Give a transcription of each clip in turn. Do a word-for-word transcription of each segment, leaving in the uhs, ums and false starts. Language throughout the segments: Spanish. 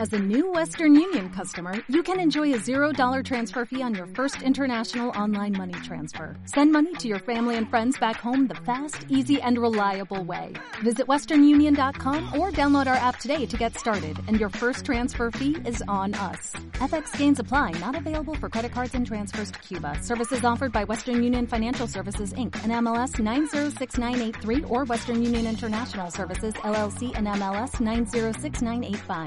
As a new Western Union customer, you can enjoy a zero dollar transfer fee on your first international online money transfer. Send money to your family and friends back home the fast, easy, and reliable way. Visit western union dot com or download our app today to get started, and your first transfer fee is on us. F X gains apply, not available for credit cards and transfers to Cuba. Services offered by Western Union Financial Services, Incorporated, and M L S nine zero six nine eight three or Western Union International Services, L L C, and M L S nine zero six nine eight five.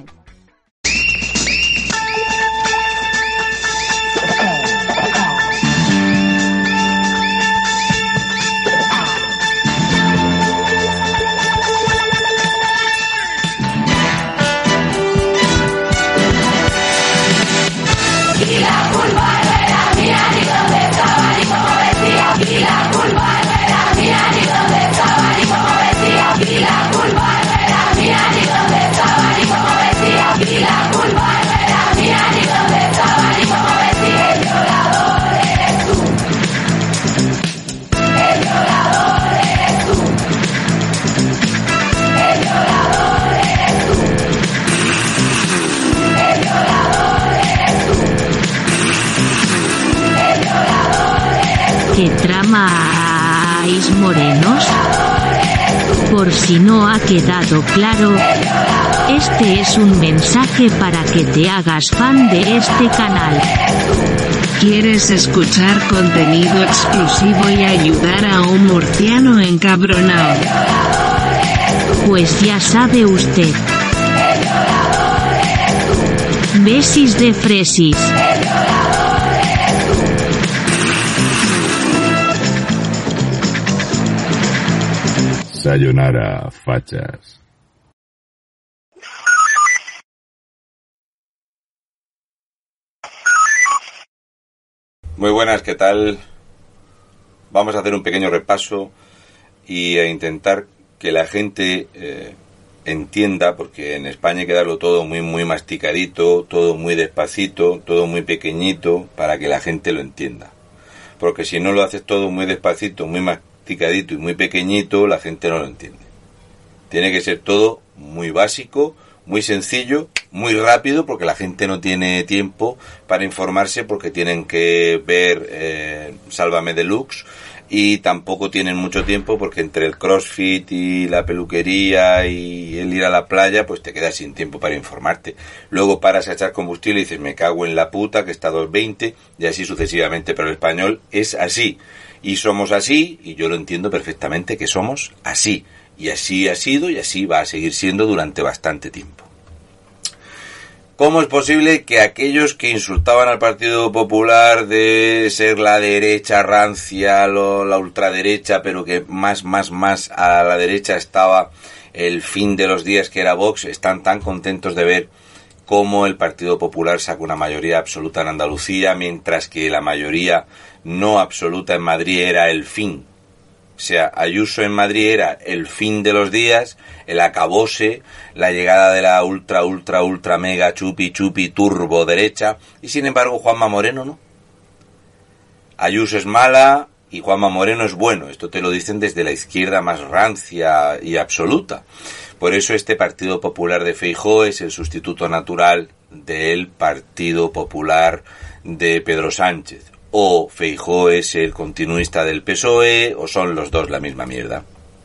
Y la culpa no era mía, ni dónde estaba, ni como decía. Y la culpa no era mía, ni dónde estaba, ni como decía. Y la culpa no era mía, ni dónde estaba, ni como decía. Y la culpa no era mía, ni dónde estaba, ni como decía. El violador eres tú. El violador eres tú. El violador eres tú. El violador eres tú. El violador eres tú. ¿Qué tramáis, morenos? Por si no ha quedado claro, este es un mensaje para que te hagas fan de este canal. ¿Quieres escuchar contenido exclusivo y ayudar a un murciano encabronado? Pues ya sabe usted. Besis de fresis. Sayonara, fachas. Muy buenas, ¿qué tal? Vamos a hacer un pequeño repaso y a intentar que la gente eh, entienda, porque en España hay que darlo todo muy muy masticadito, todo muy despacito, todo muy pequeñito, para que la gente lo entienda. Porque si no lo haces todo muy despacito, muy masticadito y muy pequeñito, la gente no lo entiende. Tiene que ser todo muy básico, muy sencillo, muy rápido, porque la gente no tiene tiempo para informarse, porque tienen que ver eh, Sálvame Deluxe, y tampoco tienen mucho tiempo porque entre el CrossFit y la peluquería y el ir a la playa, pues te quedas sin tiempo para informarte. Luego paras a echar combustible y dices, me cago en la puta, que está a dos veinte, y así sucesivamente. Pero el español es así, y somos así, y yo lo entiendo perfectamente que somos así, y así ha sido y así va a seguir siendo durante bastante tiempo. ¿Cómo es posible que aquellos que insultaban al Partido Popular de ser la derecha rancia, lo, la ultraderecha, pero que más, más, más a la derecha estaba el fin de los días, que era Vox, están tan contentos de ver cómo el Partido Popular saca una mayoría absoluta en Andalucía, mientras que la mayoría no absoluta en Madrid era el fin? O sea, Ayuso en Madrid era el fin de los días, el acabose, la llegada de la ultra, ultra, ultra, mega, chupi, chupi, turbo derecha, y sin embargo Juanma Moreno no. Ayuso es mala y Juanma Moreno es bueno. Esto te lo dicen desde la izquierda más rancia y absoluta. Por eso este Partido Popular de Feijóo es el sustituto natural del Partido Popular de Pedro Sánchez. O Feijóo es el continuista del P S O E, o son los dos la misma mierda.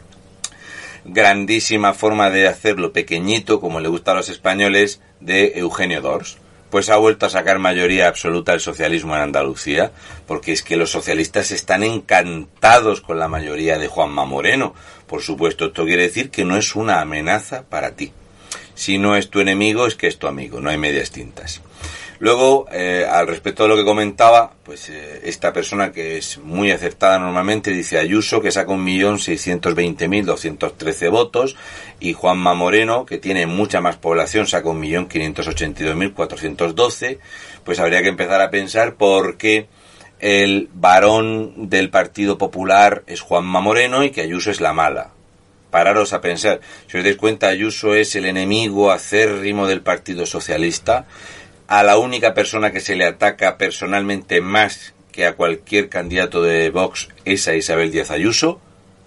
Grandísima forma de hacerlo pequeñito, como le gusta a los españoles, de Eugenio Dors. Pues ha vuelto a sacar mayoría absoluta el socialismo en Andalucía, porque es que los socialistas están encantados con la mayoría de Juanma Moreno. Por supuesto, esto quiere decir que no es una amenaza para ti. Si no es tu enemigo, es que es tu amigo, no hay medias tintas. Luego, eh, al respecto de lo que comentaba, pues eh, esta persona que es muy acertada normalmente dice Ayuso, que saca un millón seiscientos veinte mil doscientos trece votos, y Juanma Moreno, que tiene mucha más población, saca un millón quinientos ochenta y dos mil cuatrocientos doce. Pues habría que empezar a pensar por qué el varón del Partido Popular es Juanma Moreno y que Ayuso es la mala. Pararos a pensar. Si os dais cuenta, Ayuso es el enemigo acérrimo del Partido Socialista. A la única persona que se le ataca personalmente más que a cualquier candidato de Vox es a Isabel Díaz Ayuso.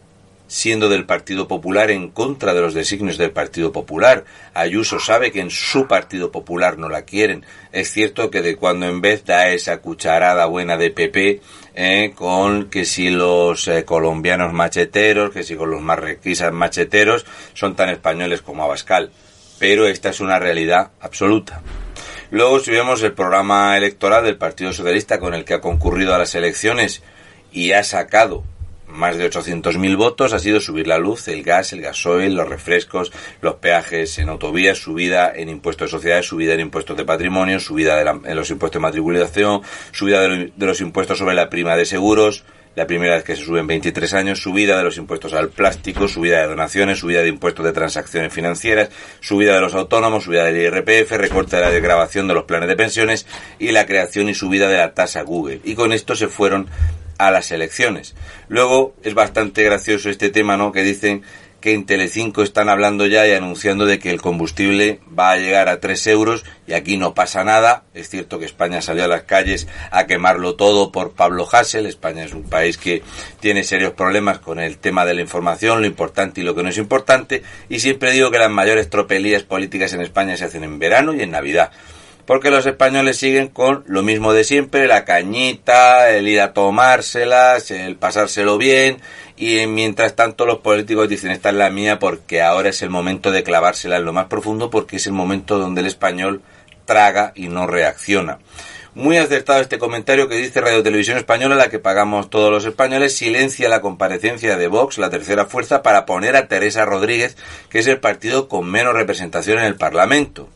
siendo del Partido Popular, en contra de los designios del Partido Popular. Ayuso sabe que en su Partido Popular no la quieren. Es cierto que de cuando en vez da esa cucharada buena de P P, eh, con que si los eh, colombianos macheteros, que si con los marroquíes macheteros, son tan españoles como Abascal. Pero esta es una realidad absoluta. Luego, si vemos el programa electoral del Partido Socialista con el que ha concurrido a las elecciones y ha sacado más de ochocientos mil votos, ha sido subir la luz, el gas, el gasoil, los refrescos, los peajes en autovías, subida en impuestos de sociedades, subida en impuestos de patrimonio, subida de la, en los impuestos de matriculación, subida de, lo, de los impuestos sobre la prima de seguros, la primera vez que se sube en veintitrés años, subida de los impuestos al plástico, subida de donaciones, subida de impuestos de transacciones financieras, subida de los autónomos, subida del I R P F, recorte de la desgravación de los planes de pensiones y la creación y subida de la tasa Google. Y con esto se fueron a las elecciones. Luego es bastante gracioso este tema, ¿no?, que dicen que en Telecinco están hablando ya y anunciando de que el combustible va a llegar a tres euros y aquí no pasa nada. Es cierto que España salió a las calles a quemarlo todo por Pablo Hasél. España es un país que tiene serios problemas con el tema de la información, lo importante y lo que no es importante, y siempre digo que las mayores tropelías políticas en España se hacen en verano y en Navidad. Porque los españoles siguen con lo mismo de siempre, la cañita, el ir a tomárselas, el pasárselo bien, y mientras tanto los políticos dicen esta es la mía porque ahora es el momento de clavársela en lo más profundo, porque es el momento donde el español traga y no reacciona. Muy acertado este comentario que dice Radio Televisión Española, la que pagamos todos los españoles, silencia la comparecencia de Vox, la tercera fuerza, para poner a Teresa Rodríguez, que es el partido con menos representación en el Parlamento.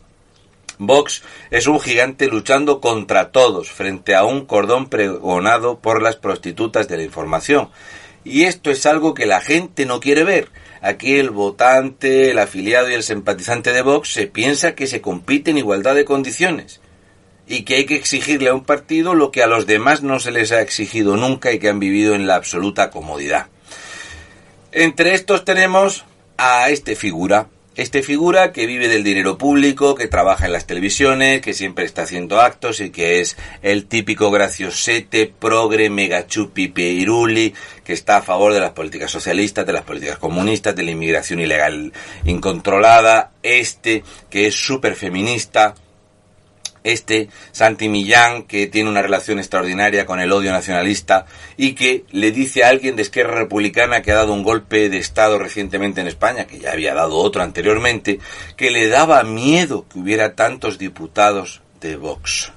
Vox es un gigante luchando contra todos frente a un cordón pregonado por las prostitutas de la información. Y esto es algo que la gente no quiere ver. Aquí el votante, el afiliado y el simpatizante de Vox se piensa que se compite en igualdad de condiciones y que hay que exigirle a un partido lo que a los demás no se les ha exigido nunca y que han vivido en la absoluta comodidad. Entre estos tenemos a este figura. Este figura que vive del dinero público, que trabaja en las televisiones, que siempre está haciendo actos y que es el típico graciosete, progre, megachupi, piruli, que está a favor de las políticas socialistas, de las políticas comunistas, de la inmigración ilegal incontrolada, este que es súper feminista, este Santi Millán, que tiene una relación extraordinaria con el odio nacionalista y que le dice a alguien de Esquerra Republicana que ha dado un golpe de Estado recientemente en España, que ya había dado otro anteriormente, que le daba miedo que hubiera tantos diputados de Vox.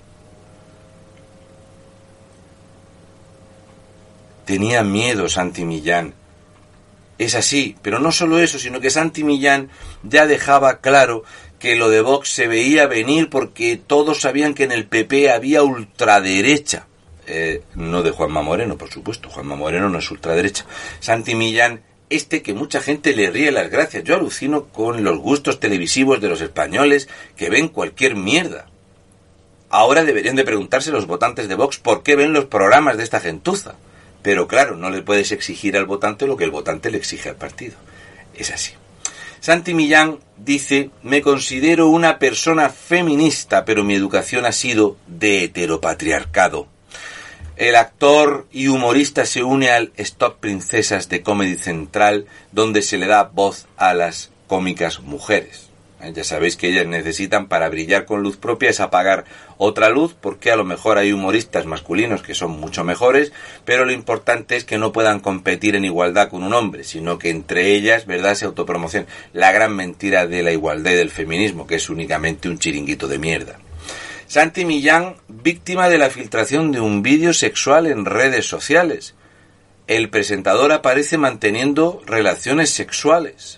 Tenía miedo Santi Millán. Es así, pero no solo eso, sino que Santi Millán ya dejaba claro que lo de Vox se veía venir porque todos sabían que en el P P había ultraderecha. Eh, no de Juanma Moreno, por supuesto. Juanma Moreno no es ultraderecha. Santi Millán, este que mucha gente le ríe las gracias. Yo alucino con los gustos televisivos de los españoles que ven cualquier mierda. Ahora deberían de preguntarse los votantes de Vox por qué ven los programas de esta gentuza. Pero claro, no le puedes exigir al votante lo que el votante le exige al partido. Es así. Santi Millán dice, me considero una persona feminista, pero mi educación ha sido de heteropatriarcado. El actor y humorista se une al Stop Princesas de Comedy Central, donde se le da voz a las cómicas mujeres. Ya sabéis que ellas necesitan para brillar con luz propia es apagar otra luz, porque a lo mejor hay humoristas masculinos que son mucho mejores, pero lo importante es que no puedan competir en igualdad con un hombre, sino que entre ellas, ¿verdad?, se autopromocionan. La gran mentira de la igualdad y del feminismo, que es únicamente un chiringuito de mierda. Santi Millán, víctima de la filtración de un vídeo sexual en redes sociales. El presentador aparece manteniendo relaciones sexuales.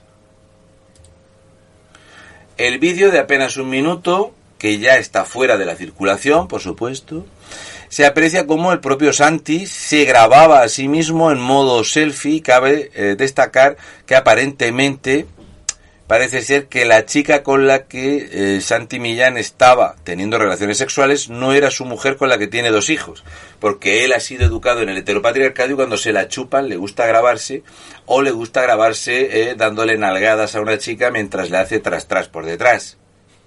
El vídeo de apenas un minuto, que ya está fuera de la circulación, por supuesto, se aprecia como el propio Santi se grababa a sí mismo en modo selfie. Cabe eh, destacar que aparentemente parece ser que la chica con la que eh, Santi Millán estaba teniendo relaciones sexuales no era su mujer con la que tiene dos hijos, porque él ha sido educado en el heteropatriarcado y cuando se la chupan le gusta grabarse o le gusta grabarse eh, dándole nalgadas a una chica mientras le hace tras tras por detrás.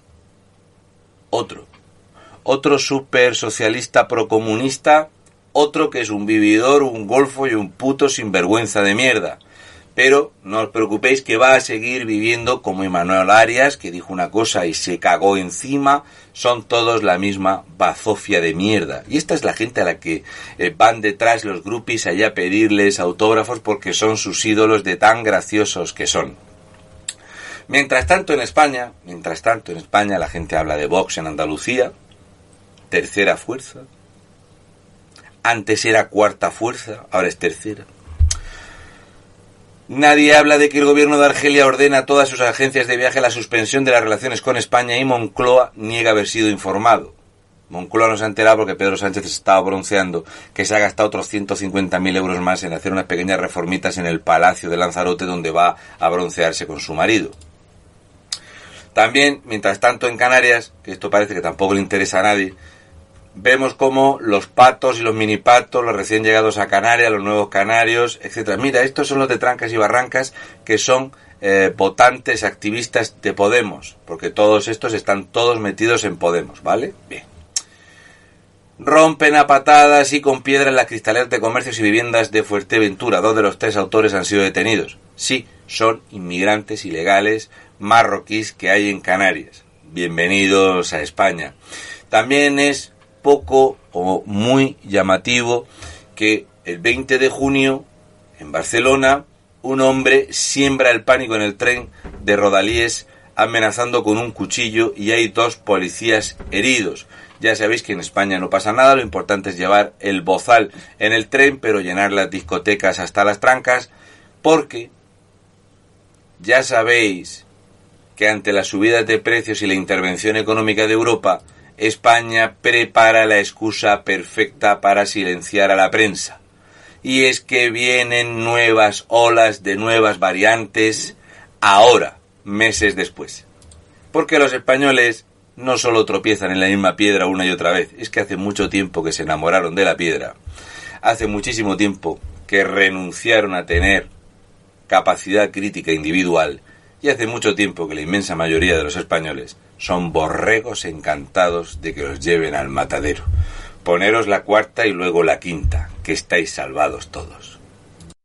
Otro, otro súper socialista procomunista, otro que es un vividor, un golfo y un puto sinvergüenza de mierda. Pero no os preocupéis que va a seguir viviendo como Emmanuel Arias, que dijo una cosa y se cagó encima. Son todos la misma bazofia de mierda. Y esta es la gente a la que eh, van detrás los groupies allá a pedirles autógrafos porque son sus ídolos de tan graciosos que son. Mientras tanto en España, mientras tanto en España la gente habla de Vox en Andalucía, tercera fuerza. Antes era cuarta fuerza, ahora es tercera. Nadie habla de que el gobierno de Argelia ordena a todas sus agencias de viaje la suspensión de las relaciones con España y Moncloa niega haber sido informado. Moncloa no se ha enterado porque Pedro Sánchez estaba bronceando que se ha gastado otros ciento cincuenta mil euros más en hacer unas pequeñas reformitas en el Palacio de Lanzarote donde va a broncearse con su marido. También, mientras tanto en Canarias, que esto parece que tampoco le interesa a nadie, vemos cómo los patos y los minipatos, los recién llegados a Canarias, los nuevos canarios, etcétera. Mira, estos son los de Trancas y Barrancas, que son eh, votantes, activistas de Podemos, porque todos estos están todos metidos en Podemos, ¿vale? Bien. Rompen a patadas y con piedras las cristaleras de comercios y viviendas de Fuerteventura. Dos de los tres autores han sido detenidos. Sí, son inmigrantes ilegales marroquíes que hay en Canarias. Bienvenidos a España. También es poco o muy llamativo que el veinte de junio en Barcelona un hombre siembra el pánico en el tren de Rodalies amenazando con un cuchillo y hay dos policías heridos. Ya sabéis que en España no pasa nada, lo importante es llevar el bozal en el tren, pero llenar las discotecas hasta las trancas, porque ya sabéis que ante las subidas de precios y la intervención económica de Europa, España prepara la excusa perfecta para silenciar a la prensa. Y es que vienen nuevas olas de nuevas variantes ahora, meses después. Porque los españoles no solo tropiezan en la misma piedra una y otra vez, es que hace mucho tiempo que se enamoraron de la piedra. Hace muchísimo tiempo que renunciaron a tener capacidad crítica individual. Y hace mucho tiempo que la inmensa mayoría de los españoles son borregos encantados de que los lleven al matadero. Poneros la cuarta y luego la quinta, que estáis salvados todos.